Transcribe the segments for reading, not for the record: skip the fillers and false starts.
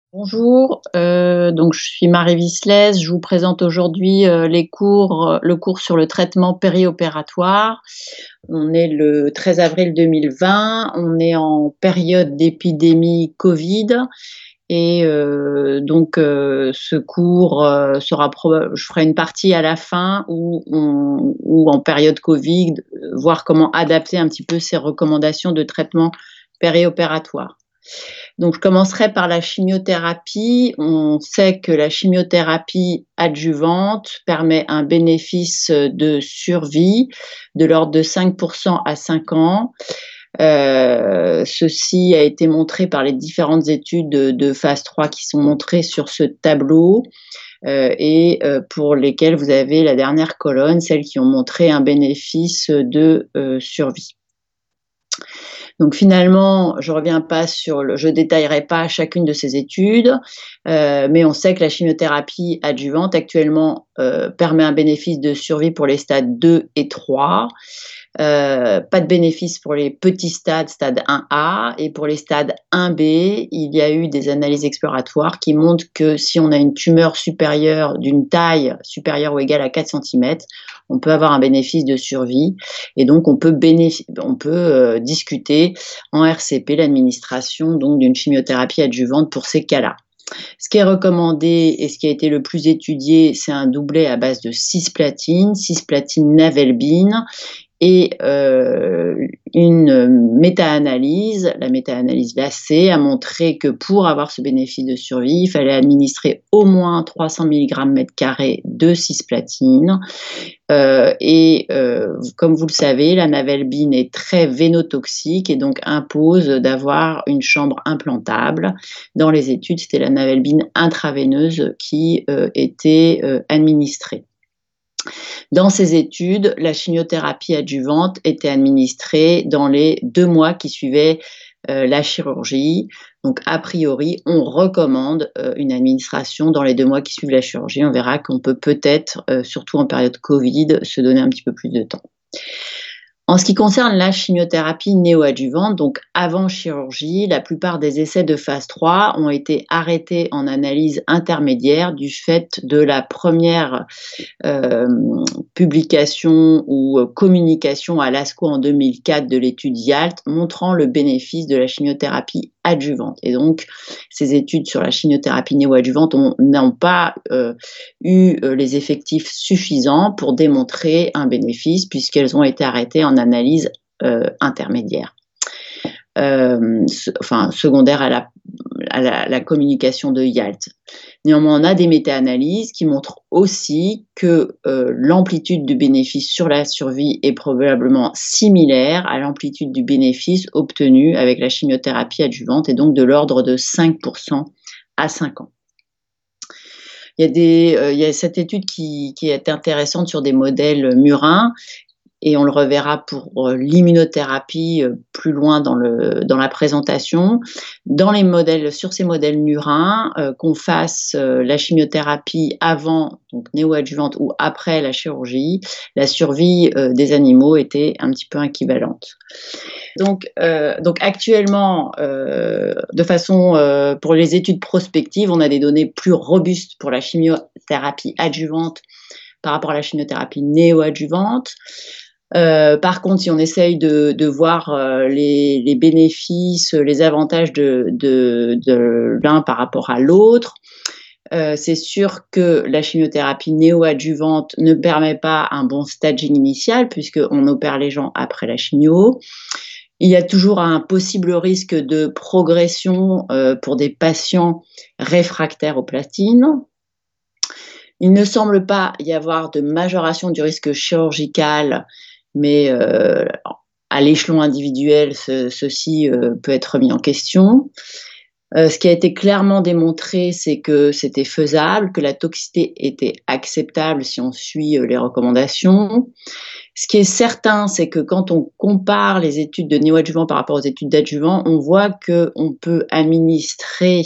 Bonjour, donc je suis Marie Vislès. Je vous présente aujourd'hui, le cours sur le traitement périopératoire. On est le 13 avril 2020, on est en période d'épidémie Covid et ce cours, je ferai une partie à la fin où en période Covid, voir comment adapter un petit peu ces recommandations de traitement périopératoire. Donc, je commencerai par la chimiothérapie. On sait que la chimiothérapie adjuvante permet un bénéfice de survie de l'ordre de 5% à 5 ans. Ceci a été montré par les différentes études de phase 3 qui sont montrées sur ce tableau pour lesquelles vous avez la dernière colonne, celles qui ont montré un bénéfice de survie. Donc finalement, je détaillerai pas chacune de ces études, mais on sait que la chimiothérapie adjuvante actuellement permet un bénéfice de survie pour les stades 2 et 3. Pas de bénéfice pour les petits stades, stade 1A, et pour les stades 1B, il y a eu des analyses exploratoires qui montrent que si on a une tumeur supérieure d'une taille supérieure ou égale à 4 cm, on peut avoir un bénéfice de survie, et donc on peut discuter en RCP l'administration donc d'une chimiothérapie adjuvante pour ces cas-là. Ce qui est recommandé et ce qui a été le plus étudié, c'est un doublet à base de cisplatine navelbine, et une méta-analyse, la méta-analyse LACE, a montré que pour avoir ce bénéfice de survie, il fallait administrer au moins 300 mg/m² de cisplatine. Comme vous le savez, la navelbine est très vénotoxique et donc impose d'avoir une chambre implantable. Dans les études, c'était la navelbine intraveineuse qui était administrée. Dans ces études, la chimiothérapie adjuvante était administrée dans les 2 mois qui suivaient la chirurgie. Donc, a priori, on recommande une administration dans les 2 mois qui suivent la chirurgie. On verra qu'on peut peut-être, surtout en période Covid, se donner un petit peu plus de temps. En ce qui concerne la chimiothérapie néoadjuvante, donc avant chirurgie, la plupart des essais de phase 3 ont été arrêtés en analyse intermédiaire du fait de la première publication ou communication à l'ASCO en 2004 de l'étude YALT montrant le bénéfice de la chimiothérapie adjuvante. Et donc, ces études sur la chimiothérapie néoadjuvante n'ont pas eu les effectifs suffisants pour démontrer un bénéfice puisqu'elles ont été arrêtées en analyse intermédiaire. Secondaire à la communication de YALT. Néanmoins, on a des méta-analyses qui montrent aussi que l'amplitude du bénéfice sur la survie est probablement similaire à l'amplitude du bénéfice obtenu avec la chimiothérapie adjuvante et donc de l'ordre de 5% à 5 ans. Il y a cette étude qui est intéressante sur des modèles murins. Et on le reverra pour l'immunothérapie plus loin dans la présentation. Sur ces modèles murins, qu'on fasse la chimiothérapie avant, donc néoadjuvante, ou après la chirurgie, la survie des animaux était un petit peu équivalente. Donc actuellement, pour les études prospectives, on a des données plus robustes pour la chimiothérapie adjuvante par rapport à la chimiothérapie néoadjuvante. Par contre, si on essaye de voir les bénéfices, les avantages de l'un par rapport à l'autre, c'est sûr que la chimiothérapie néoadjuvante ne permet pas un bon staging initial puisqu'on opère les gens après la chimio. Il y a toujours un possible risque de progression pour des patients réfractaires aux platines. Il ne semble pas y avoir de majoration du risque chirurgical, mais à l'échelon individuel, ceci peut être remis en question. Ce qui a été clairement démontré, c'est que c'était faisable, que la toxicité était acceptable si on suit les recommandations. Ce qui est certain, c'est que quand on compare les études de néoadjuvant par rapport aux études d'adjuvant, on voit qu'on peut administrer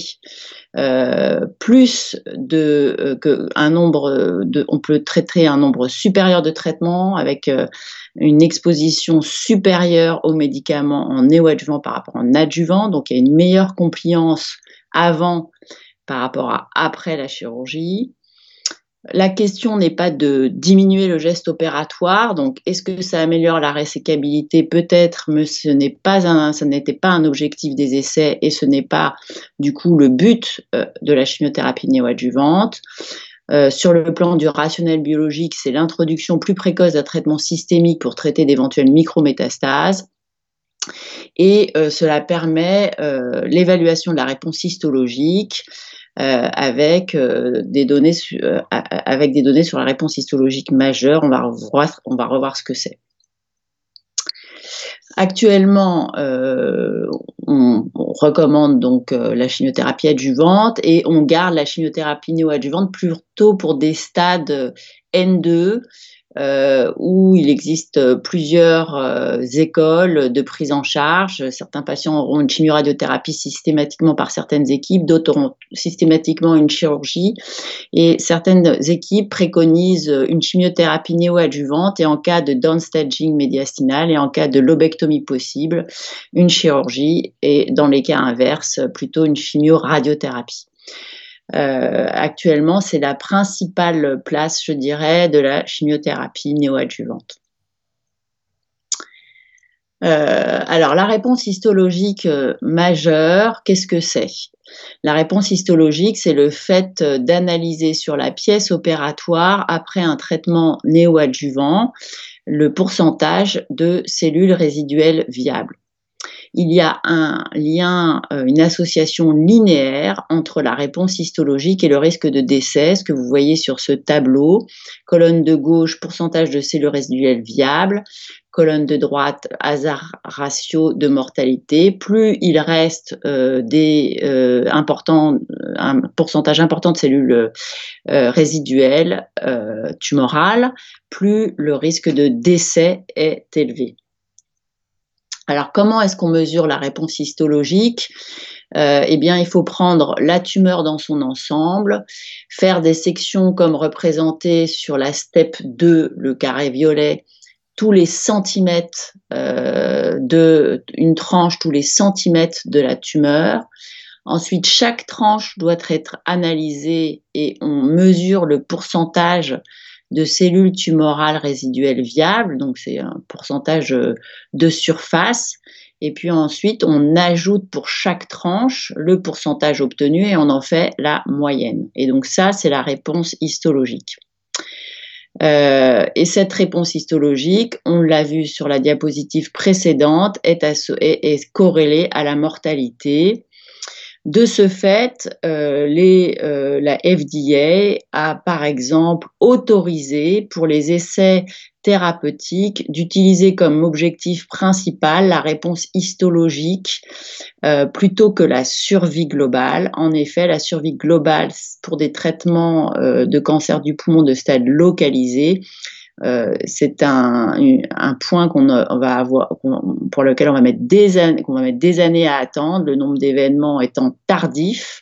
on peut traiter un nombre supérieur de traitements avec une exposition supérieure aux médicaments en néoadjuvant par rapport en adjuvant. Donc, il y a une meilleure compliance avant par rapport à après la chirurgie. La question n'est pas de diminuer le geste opératoire, donc est-ce que ça améliore la résécabilité? Peut-être, mais ce n'était pas un objectif des essais et ce n'est pas du coup le but de la chimiothérapie néoadjuvante. Sur le plan du rationnel biologique, c'est l'introduction plus précoce d'un traitement systémique pour traiter d'éventuelles micrométastases. Et cela permet l'évaluation de la réponse histologique avec des données sur la réponse histologique majeure. On va revoir ce que c'est. Actuellement, on recommande donc la chimiothérapie adjuvante et on garde la chimiothérapie néoadjuvante plutôt pour des stades N2 où il existe plusieurs écoles de prise en charge. Certains patients auront une chimioradiothérapie systématiquement par certaines équipes, d'autres auront systématiquement une chirurgie. Et certaines équipes préconisent une chimiothérapie néoadjuvante et en cas de downstaging médiastinal et en cas de lobectomie possible, une chirurgie et dans les cas inverses, plutôt une chimioradiothérapie. Actuellement, c'est la principale place, je dirais, de la chimiothérapie néoadjuvante. Alors, la réponse histologique majeure, qu'est-ce que c'est? La réponse histologique, c'est le fait d'analyser sur la pièce opératoire, après un traitement néoadjuvant, le pourcentage de cellules résiduelles viables. Il y a un lien, une association linéaire entre la réponse histologique et le risque de décès, ce que vous voyez sur ce tableau. Colonne de gauche, pourcentage de cellules résiduelles viables. Colonne de droite, hasard ratio de mortalité. Plus il reste un pourcentage important de cellules résiduelles tumorales, plus le risque de décès est élevé. Alors, comment est-ce qu'on mesure la réponse histologique? Eh bien, il faut prendre la tumeur dans son ensemble, faire des sections comme représenté sur la STEP 2, le carré violet, tous les centimètres une tranche tous les centimètres de la tumeur. Ensuite, chaque tranche doit être analysée et on mesure le pourcentage de cellules tumorales résiduelles viables, donc c'est un pourcentage de surface. Et puis ensuite, on ajoute pour chaque tranche le pourcentage obtenu et on en fait la moyenne. Et donc ça, c'est la réponse histologique. Et cette réponse histologique, on l'a vu sur la diapositive précédente, est corrélée à la mortalité. De ce fait, la FDA a par exemple autorisé pour les essais thérapeutiques d'utiliser comme objectif principal la réponse histologique plutôt que la survie globale. En effet, la survie globale pour des traitements de cancer du poumon de stade localisé, c'est un point pour lequel on va mettre des années à attendre, le nombre d'événements étant tardif.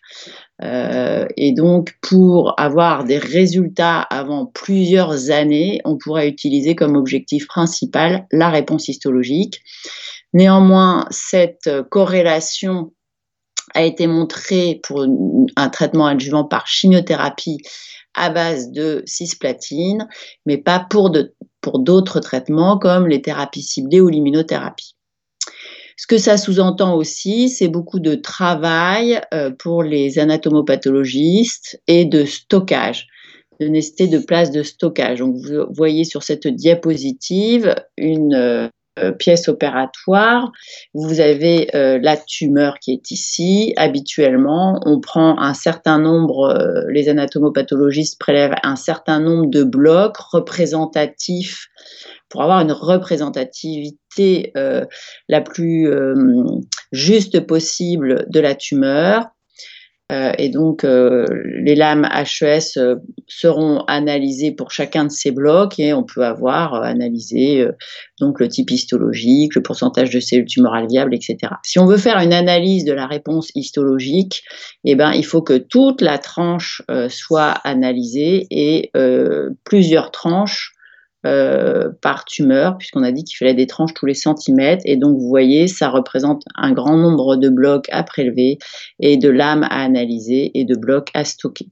Et donc, pour avoir des résultats avant plusieurs années, on pourrait utiliser comme objectif principal la réponse histologique. Néanmoins, cette corrélation a été montrée pour un traitement adjuvant par chimiothérapie à base de cisplatine, mais pas pour d'autres traitements comme les thérapies ciblées ou l'immunothérapie. Ce que ça sous-entend aussi, c'est beaucoup de travail pour les anatomopathologistes et de stockage, de nécessité de place de stockage. Donc, vous voyez sur cette diapositive une pièce opératoire. Vous avez la tumeur qui est ici. Habituellement, on prend un certain nombre, les anatomopathologistes prélèvent un certain nombre de blocs représentatifs pour avoir une représentativité la plus juste possible de la tumeur. Et donc, les lames HES seront analysées pour chacun de ces blocs et on peut avoir analysé donc le type histologique, le pourcentage de cellules tumorales viables, etc. Si on veut faire une analyse de la réponse histologique, eh ben, il faut que toute la tranche soit analysée et plusieurs tranches par tumeur, puisqu'on a dit qu'il fallait des tranches tous les centimètres. Et donc, vous voyez, ça représente un grand nombre de blocs à prélever et de lames à analyser et de blocs à stocker.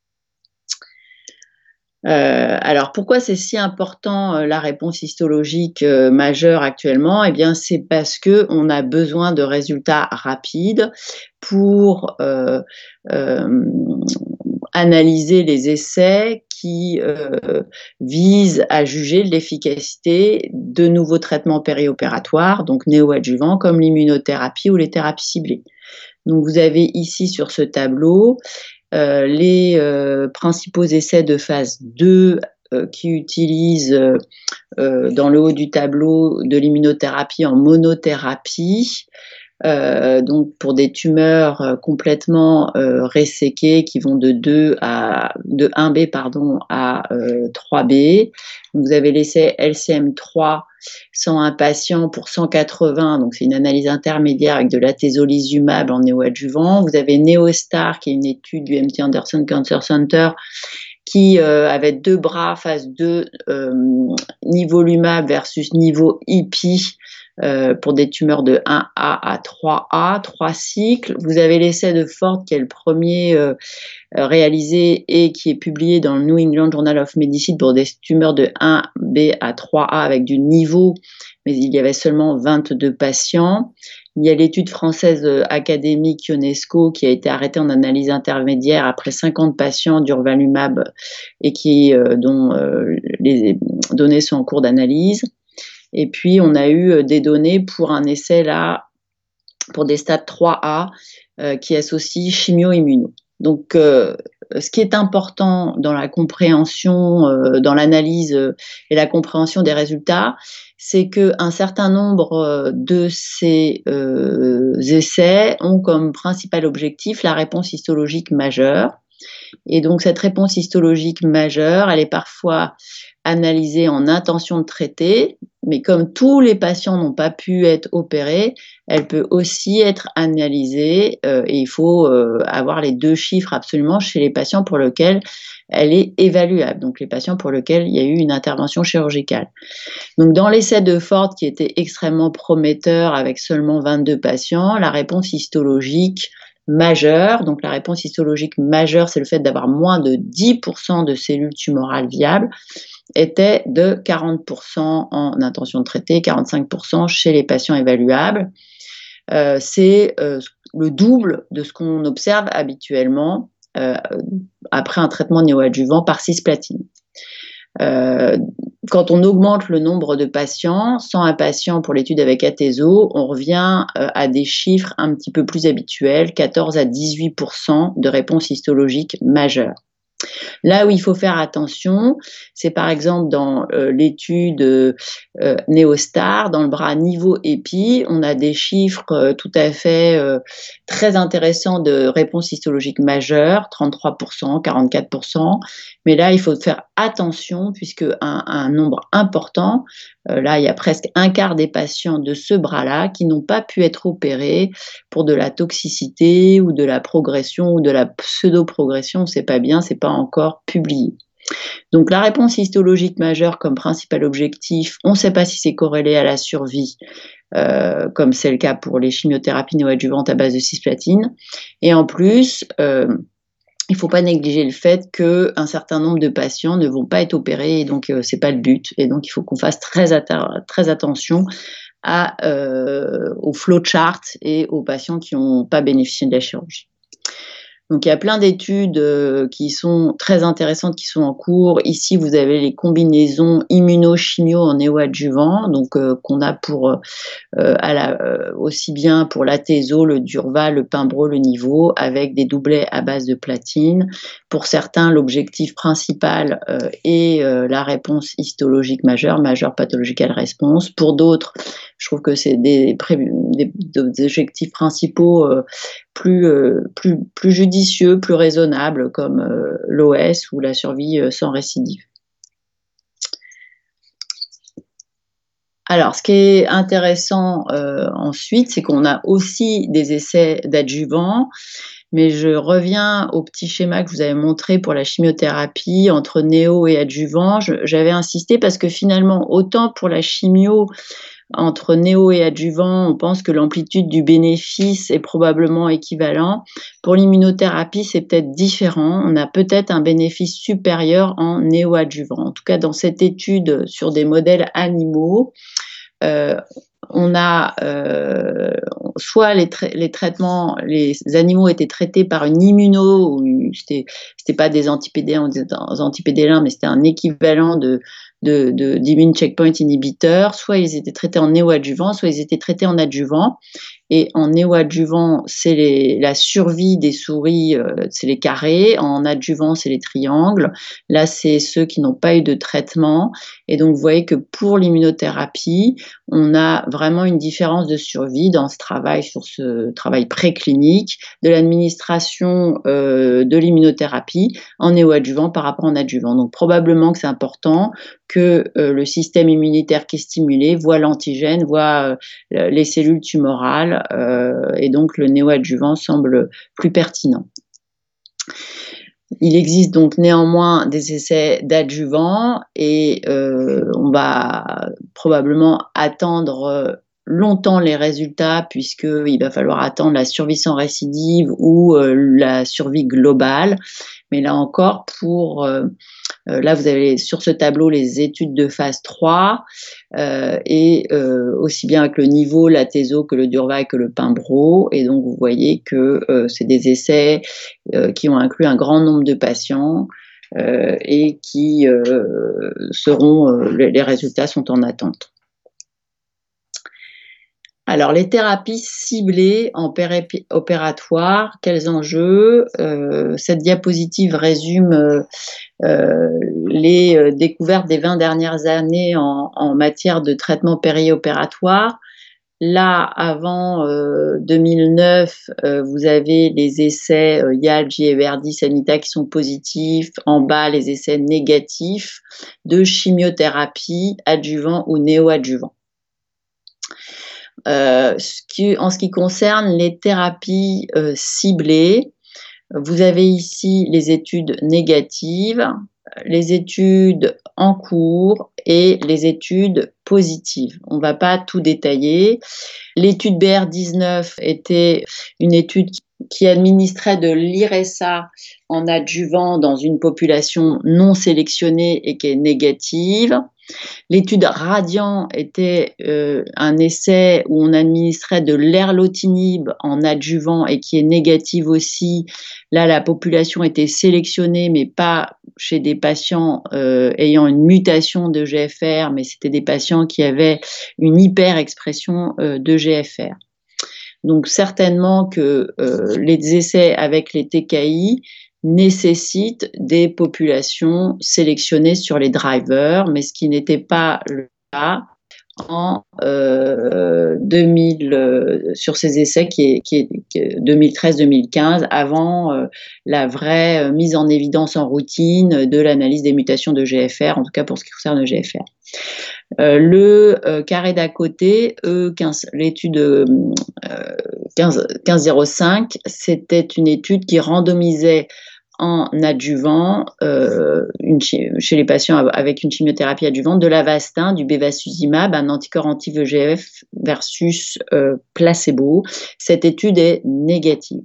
Alors, pourquoi c'est si important la réponse histologique majeure actuellement? Eh bien, c'est parce qu'on a besoin de résultats rapides pour analyser les essais qui visent à juger l'efficacité de nouveaux traitements périopératoires, donc néoadjuvants, comme l'immunothérapie ou les thérapies ciblées. Donc, vous avez ici sur ce tableau les principaux essais de phase 2 qui utilisent dans le haut du tableau de l'immunothérapie en monothérapie, donc pour des tumeurs complètement resséquées qui vont de 1B à 3B. Donc vous avez l'essai LCM3, 101 patients pour 180, donc c'est une analyse intermédiaire avec de l'atezolizumab en néoadjuvant. Vous avez NeoStar, qui est une étude du MD Anderson Cancer Center, qui avait 2 bras, phase 2, nivolumab versus niveau IPI, pour des tumeurs de 1A à 3A, 3 cycles. Vous avez l'essai de Ford, qui est le premier réalisé et qui est publié dans le New England Journal of Medicine pour des tumeurs de 1B à 3A avec du niveau, mais il y avait seulement 22 patients. Il y a l'étude française académique UNESCO qui a été arrêtée en analyse intermédiaire après 50 patients durvalumab et dont les données sont en cours d'analyse. Et puis, on a eu des données pour un essai là, pour des stades 3A qui associent chimio-immuno. Donc, ce qui est important dans la compréhension, dans l'analyse et la compréhension des résultats, c'est qu'un certain nombre de ces essais ont comme principal objectif la réponse histologique majeure. Et donc, cette réponse histologique majeure, elle est parfois analysée en intention de traiter, mais comme tous les patients n'ont pas pu être opérés, elle peut aussi être analysée et il faut avoir les 2 chiffres absolument chez les patients pour lesquels elle est évaluable, donc les patients pour lesquels il y a eu une intervention chirurgicale. Donc dans l'essai de Ford qui était extrêmement prometteur avec seulement 22 patients, la réponse histologique majeure, donc la réponse histologique majeure, c'est le fait d'avoir moins de 10% de cellules tumorales viables, était de 40% en intention de traiter, 45% chez les patients évaluables. C'est le double de ce qu'on observe habituellement après un traitement néoadjuvant par cisplatine. Quand on augmente le nombre de patients, 101 patients pour l'étude avec atezo, on revient à des chiffres un petit peu plus habituels, 14 à 18% de réponse histologique majeure. Là où il faut faire attention, c'est par exemple dans l'étude NeoStar, dans le bras niveau EPI, on a des chiffres tout à fait très intéressants de réponse histologique majeure, 33%, 44%. Mais là, il faut faire attention puisque un nombre important, là, il y a presque un quart des patients de ce bras-là qui n'ont pas pu être opérés pour de la toxicité ou de la progression ou de la pseudo-progression, on ne sait pas bien, c'est pas encore publié. Donc la réponse histologique majeure comme principal objectif, on ne sait pas si c'est corrélé à la survie, comme c'est le cas pour les chimiothérapies néoadjuvantes à base de cisplatine. Et en plus, il ne faut pas négliger le fait qu'un certain nombre de patients ne vont pas être opérés et donc ce n'est pas le but. Et donc il faut qu'on fasse très attention au flowchart et aux patients qui n'ont pas bénéficié de la chirurgie. Donc il y a plein d'études qui sont très intéressantes qui sont en cours. Ici, vous avez les combinaisons immunochimio en néoadjuvant, donc qu'on a pour aussi bien pour l'atezo, le durva, le pimbro, le nivo, avec des doublets à base de platine. Pour certains, l'objectif principal est la réponse histologique majeure pathological response. Pour d'autres, je trouve que c'est des objectifs principaux plus judicieux, plus raisonnables, comme l'OS ou la survie sans récidive. Alors, ce qui est intéressant ensuite, c'est qu'on a aussi des essais d'adjuvants Mais je reviens au petit schéma que je vous avais montré pour la chimiothérapie entre néo et adjuvant. J'avais insisté parce que finalement, autant pour la chimio, entre néo et adjuvant, on pense que l'amplitude du bénéfice est probablement équivalent. Pour l'immunothérapie, c'est peut-être différent. On a peut-être un bénéfice supérieur en néo-adjuvant. En tout cas, dans cette étude sur des modèles animaux, on a soit les traitements, les animaux étaient traités par une immuno, c'était pas des antipédélins, mais c'était un équivalent d'immune checkpoint inhibiteur, soit ils étaient traités en néoadjuvant, soit ils étaient traités en adjuvant. Et en néoadjuvant, c'est la survie des souris, c'est les carrés. En adjuvant, c'est les triangles. Là, c'est ceux qui n'ont pas eu de traitement. Et donc, vous voyez que pour l'immunothérapie, on a vraiment une différence de survie dans sur ce travail préclinique de l'administration de l'immunothérapie en néoadjuvant par rapport en adjuvant. Donc, probablement que c'est important que le système immunitaire qui est stimulé voit l'antigène, voit les cellules tumorales, et donc le néoadjuvant semble plus pertinent. Il existe donc néanmoins des essais d'adjuvant et on va probablement attendre longtemps les résultats puisqu'il va falloir attendre la survie sans récidive ou la survie globale. Mais là encore, là, vous avez sur ce tableau les études de phase 3 et aussi bien avec le niveau, l'athéso que le Durval que le Pimbro. Et donc, vous voyez que c'est des essais qui ont inclus un grand nombre de patients et qui les résultats sont en attente. Alors, les thérapies ciblées en opératoire, quels enjeux? Cette diapositive résume les découvertes des 20 dernières années en matière de traitement périopératoire. Là, avant 2009, vous avez les essais YALG et Verdi Sanita qui sont positifs. En bas, les essais négatifs de chimiothérapie adjuvant ou néoadjuvant. En ce qui concerne les thérapies ciblées, vous avez ici les études négatives, les études en cours et les études positives. On ne va pas tout détailler. L'étude BR19 était une étude qui administrait de l'IRESA en adjuvant dans une population non sélectionnée et qui est négative. L'étude Radiant était un essai où on administrait de l'erlotinib en adjuvant et qui est négative aussi. Là, la population était sélectionnée, mais pas chez des patients ayant une mutation de GFR, mais c'était des patients qui avaient une hyper-expression de GFR. Donc certainement que les essais avec les TKI nécessitent des populations sélectionnées sur les drivers, mais ce qui n'était pas le cas en 2000 sur ces essais qui est 2013-2015, avant la vraie mise en évidence en routine de l'analyse des mutations de GFR, en tout cas pour ce qui concerne le GFR. Le carré d'à côté, l'étude 1505, c'était une étude qui randomisait en adjuvant chez les patients avec une chimiothérapie adjuvante de l'Avastin, du bevacizumab, un anticorps anti-VEGF versus placebo. Cette étude est négative.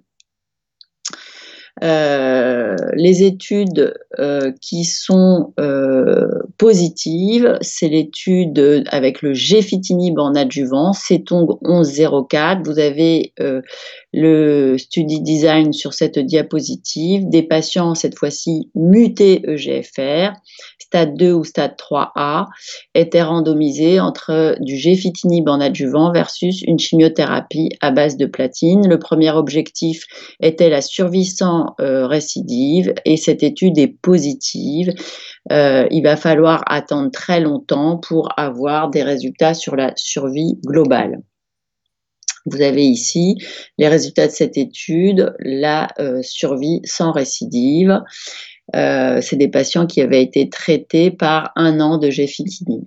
Les études qui sont positives, c'est l'étude avec le gefitinib en adjuvant, CETONG 1104. Vous avez le study design sur cette diapositive, des patients cette fois-ci mutés EGFR, stade 2 ou stade 3A, étaient randomisés entre du gefitinib en adjuvant versus une chimiothérapie à base de platine. Le premier objectif était la survie sans récidive et cette étude est positive. Il va falloir attendre très longtemps pour avoir des résultats sur la survie globale. Vous avez ici les résultats de cette étude, la survie sans récidive. C'est des patients qui avaient été traités par 1 an de gefitinib.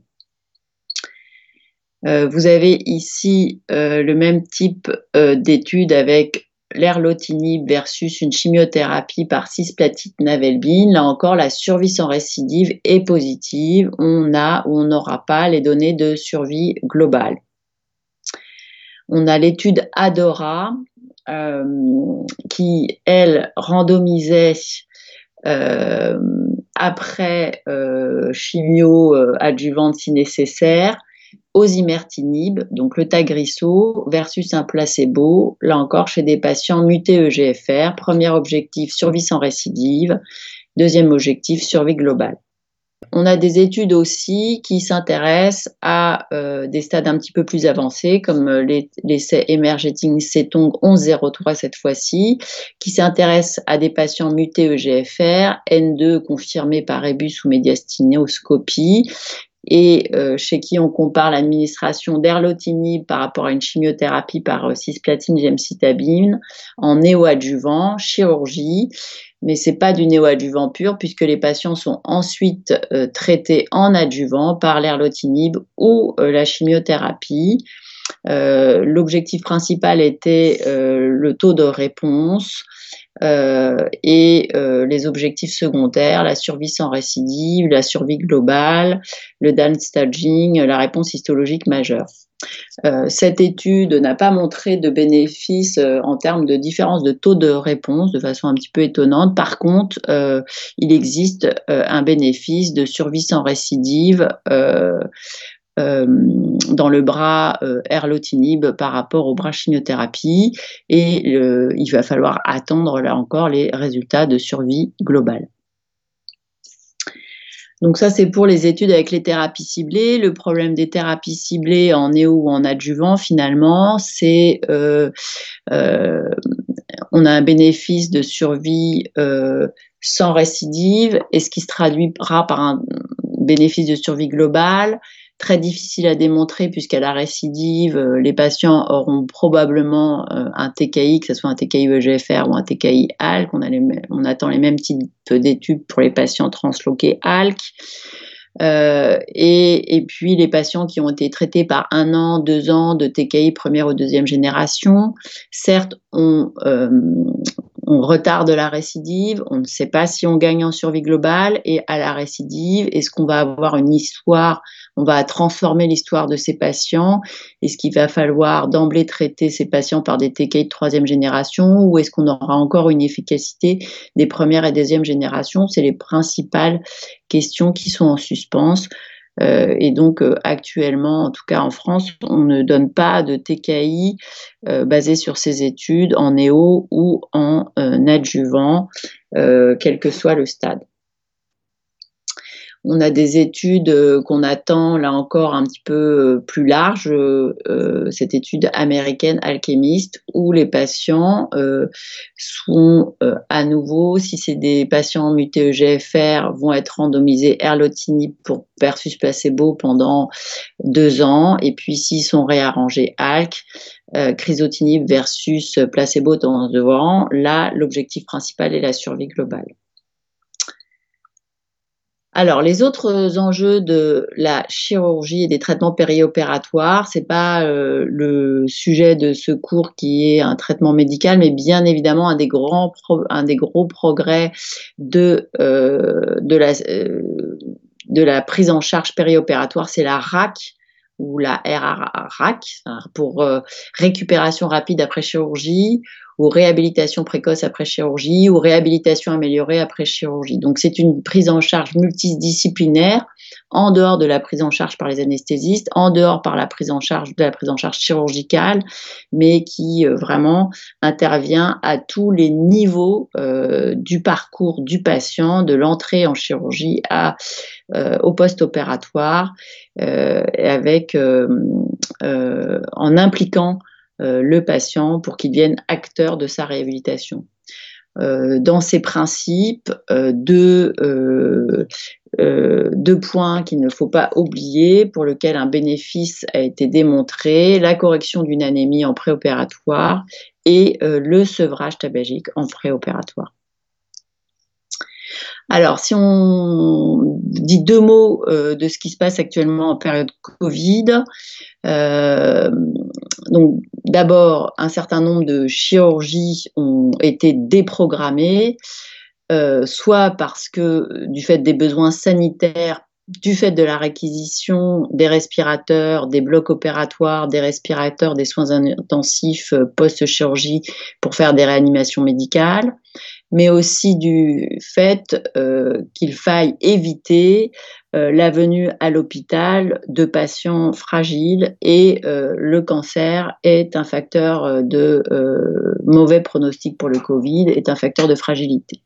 Vous avez ici le même type d'étude avec l'erlotinib versus une chimiothérapie par cisplatin-navelbine, là encore, la survie sans récidive est positive. On a ou on n'aura pas les données de survie globale. On a l'étude ADORA qui, elle, randomisait après chimio adjuvante si nécessaire, osimertinib, donc le Tagrisso, versus un placebo, là encore chez des patients mutés EGFR. Premier objectif, survie sans récidive. Deuxième objectif, survie globale. On a des études aussi qui s'intéressent à des stades un petit peu plus avancés, comme l'essai Emerging Cetong 1103 cette fois-ci, qui s'intéresse à des patients mutés EGFR, N2 confirmés par rébus ou médiastinoscopie, et chez qui on compare l'administration d'erlotinib par rapport à une chimiothérapie par cisplatin gemcitabine en néoadjuvant, chirurgie, mais c'est pas du néoadjuvant pur puisque les patients sont ensuite traités en adjuvant par l'erlotinib ou la chimiothérapie. L'objectif principal était le taux de réponse et les objectifs secondaires, la survie sans récidive, la survie globale, le downstaging, la réponse histologique majeure. Cette étude n'a pas montré de bénéfice en termes de différence de taux de réponse de façon un petit peu étonnante. Par contre, il existe un bénéfice de survie sans récidive dans le bras erlotinib par rapport au bras chimiothérapie et il va falloir attendre là encore les résultats de survie globale. Donc ça, c'est pour les études avec les thérapies ciblées. Le problème des thérapies ciblées en néo ou en adjuvant, finalement, c'est on a un bénéfice de survie sans récidive, et ce qui se traduira par un bénéfice de survie globale. Très difficile à démontrer puisqu'à la récidive, les patients auront probablement un TKI, que ce soit un TKI EGFR ou un TKI ALK. On attend les mêmes types d'études pour les patients transloqués ALK. Et puis les patients qui ont été traités par 1 an, 2 ans de TKI première ou deuxième génération, certes, on retarde la récidive, on ne sait pas si on gagne en survie globale, et à la récidive, est-ce qu'on va avoir une histoire, on va transformer l'histoire de ces patients, est-ce qu'il va falloir d'emblée traiter ces patients par des TKI de troisième génération, ou est-ce qu'on aura encore une efficacité des première et deuxième générations? C'est les principales questions qui sont en suspens. Et donc actuellement, en tout cas en France, on ne donne pas de TKI basé sur ces études en néo ou en adjuvant, quel que soit le stade. On a des études qu'on attend, là encore, un petit peu plus larges, cette étude américaine Alchemist, où les patients sont à nouveau, si c'est des patients mutés EGFR, vont être randomisés erlotinib versus placebo pendant 2 ans, et puis s'ils sont réarrangés ALK, crizotinib versus placebo dans 2 ans, là, l'objectif principal est la survie globale. Alors, les autres enjeux de la chirurgie et des traitements périopératoires, c'est pas le sujet de ce cours qui est un traitement médical, mais bien évidemment un des gros progrès de la prise en charge périopératoire, c'est la RAC ou la RAC pour récupération rapide après chirurgie, ou réhabilitation précoce après chirurgie, ou réhabilitation améliorée après chirurgie. Donc c'est une prise en charge multidisciplinaire, en dehors de la prise en charge par les anesthésistes, en dehors de la prise en charge chirurgicale, mais qui vraiment intervient à tous les niveaux du parcours du patient, de l'entrée en chirurgie au post-opératoire, en impliquant le patient pour qu'il devienne acteur de sa réhabilitation. Dans ces principes, deux points qu'il ne faut pas oublier, pour lesquels un bénéfice a été démontré: la correction d'une anémie en préopératoire et le sevrage tabagique en préopératoire. Alors, si on dit 2 mots de ce qui se passe actuellement en période Covid, donc d'abord, un certain nombre de chirurgies ont été déprogrammées, soit parce que du fait des besoins sanitaires, du fait de la réquisition des respirateurs, des blocs opératoires, des respirateurs, des soins intensifs post-chirurgie pour faire des réanimations médicales, mais aussi du fait qu'il faille éviter la venue à l'hôpital de patients fragiles et le cancer est un facteur de mauvais pronostic pour le Covid, est un facteur de fragilité.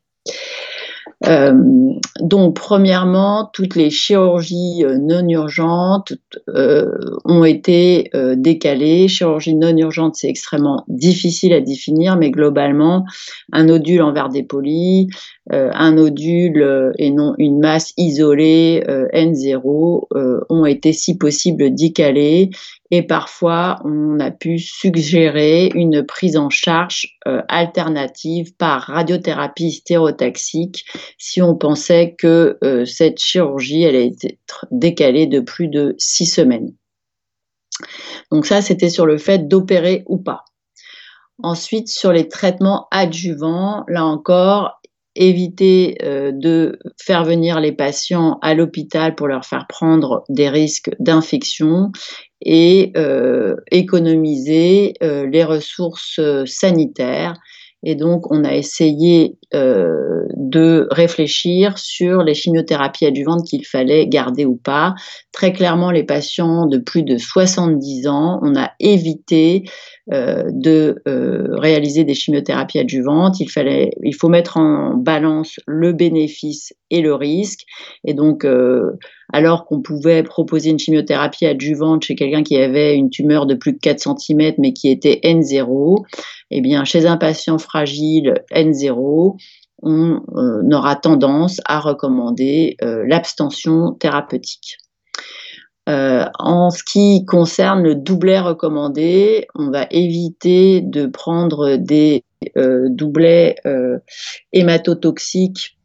Donc, premièrement, toutes les chirurgies non urgentes ont été décalées. Chirurgie non urgente, c'est extrêmement difficile à définir, mais globalement, un nodule en verre dépoli, un nodule et non une masse isolée N0 ont été, si possible, décalés. Et parfois, on a pu suggérer une prise en charge alternative par radiothérapie stéréotaxique si on pensait que cette chirurgie allait être décalée de plus de 6 semaines. Donc ça, c'était sur le fait d'opérer ou pas. Ensuite, sur les traitements adjuvants, là encore, éviter de faire venir les patients à l'hôpital pour leur faire prendre des risques d'infection et économiser les ressources sanitaires. Et donc, on a essayé de réfléchir sur les chimiothérapies adjuvantes qu'il fallait garder ou pas. Très clairement, les patients de plus de 70 ans, on a évité de réaliser des chimiothérapies adjuvantes. Il faut mettre en balance le bénéfice et le risque. Et donc, alors qu'on pouvait proposer une chimiothérapie adjuvante chez quelqu'un qui avait une tumeur de plus de 4 cm mais qui était N0, eh bien, chez un patient fragile N0, on aura tendance à recommander l'abstention thérapeutique. En ce qui concerne le doublet recommandé, on va éviter de prendre des doublets hématotoxiques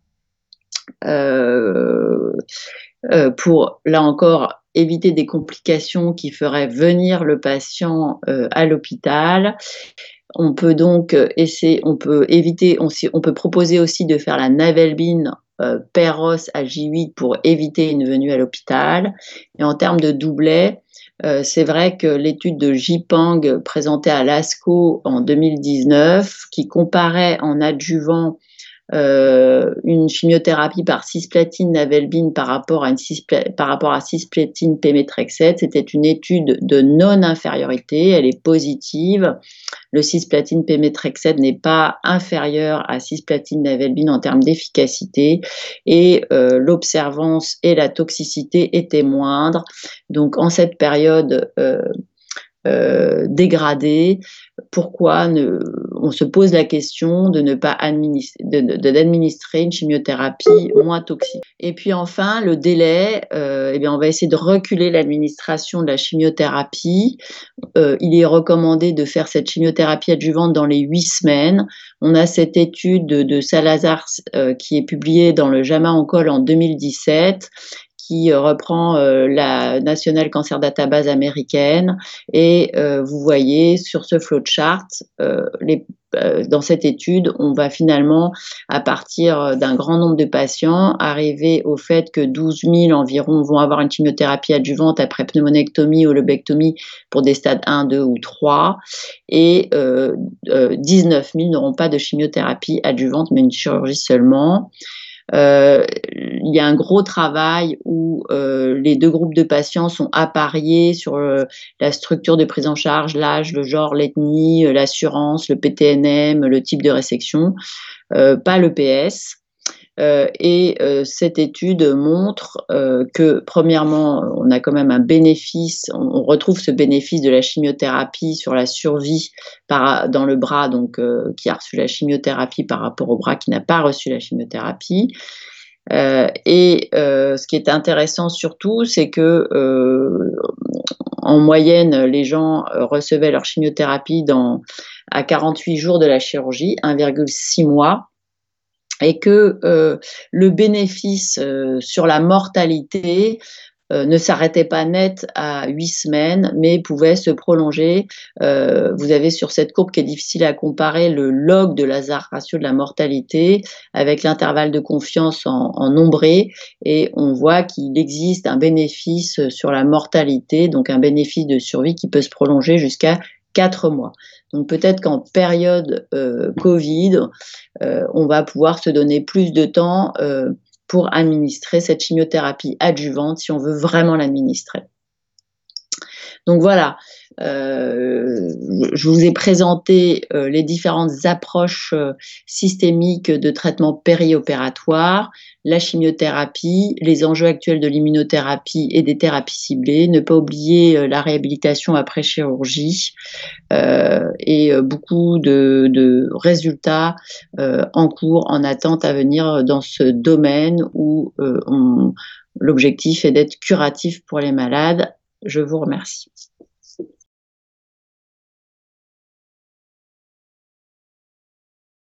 pour, là encore, éviter des complications qui feraient venir le patient à l'hôpital. On peut donc on peut proposer aussi de faire la navelbine PEROS à J8 pour éviter une venue à l'hôpital. Et en termes de doublet, c'est vrai que l'étude de Jipang présentée à l'ASCO en 2019, qui comparait en adjuvant une chimiothérapie par cisplatine navelbine par rapport à cisplatine pemetrexed, c'était une étude de non-infériorité, elle est positive. Le cisplatine pemetrexed n'est pas inférieur à cisplatine navelbine en termes d'efficacité et l'observance et la toxicité étaient moindres. Donc en cette période dégradée, pourquoi on se pose la question de ne pas d'administrer une chimiothérapie moins toxique. Et puis enfin, le délai, on va essayer de reculer l'administration de la chimiothérapie. Il est recommandé de faire cette chimiothérapie adjuvante dans les 8 semaines. On a cette étude de Salazar qui est publiée dans le JAMA Oncol en 2017 qui reprend la National Cancer Database américaine et vous voyez sur ce flowchart dans cette étude, on va finalement, à partir d'un grand nombre de patients, arriver au fait que 12 000 environ vont avoir une chimiothérapie adjuvante après pneumonectomie ou lobectomie pour des stades 1, 2 ou 3 et 19 000 n'auront pas de chimiothérapie adjuvante mais une chirurgie seulement. Il y a un gros travail où les deux groupes de patients sont appariés sur la structure de prise en charge, l'âge, le genre, l'ethnie, l'assurance, le PTNM, le type de résection, pas le PS. Cette étude montre que, premièrement, on a quand même un bénéfice, on retrouve ce bénéfice de la chimiothérapie sur la survie dans le bras, donc qui a reçu la chimiothérapie par rapport au bras qui n'a pas reçu la chimiothérapie. Ce qui est intéressant surtout, c'est que en moyenne, les gens recevaient leur chimiothérapie à 48 jours de la chirurgie, 1,6 mois. Et que le bénéfice sur la mortalité ne s'arrêtait pas net à 8 semaines, mais pouvait se prolonger. Vous avez sur cette courbe qui est difficile à comparer le log de l'hazard ratio de la mortalité avec l'intervalle de confiance en nombré, et on voit qu'il existe un bénéfice sur la mortalité, donc un bénéfice de survie qui peut se prolonger jusqu'à 4 mois. Donc peut-être qu'en période Covid, on va pouvoir se donner plus de temps pour administrer cette chimiothérapie adjuvante si on veut vraiment l'administrer. Donc voilà, je vous ai présenté les différentes approches systémiques de traitement périopératoire, la chimiothérapie, les enjeux actuels de l'immunothérapie et des thérapies ciblées, ne pas oublier la réhabilitation après chirurgie et beaucoup de résultats en cours, en attente à venir dans ce domaine où l'objectif est d'être curatif pour les malades. Je vous remercie.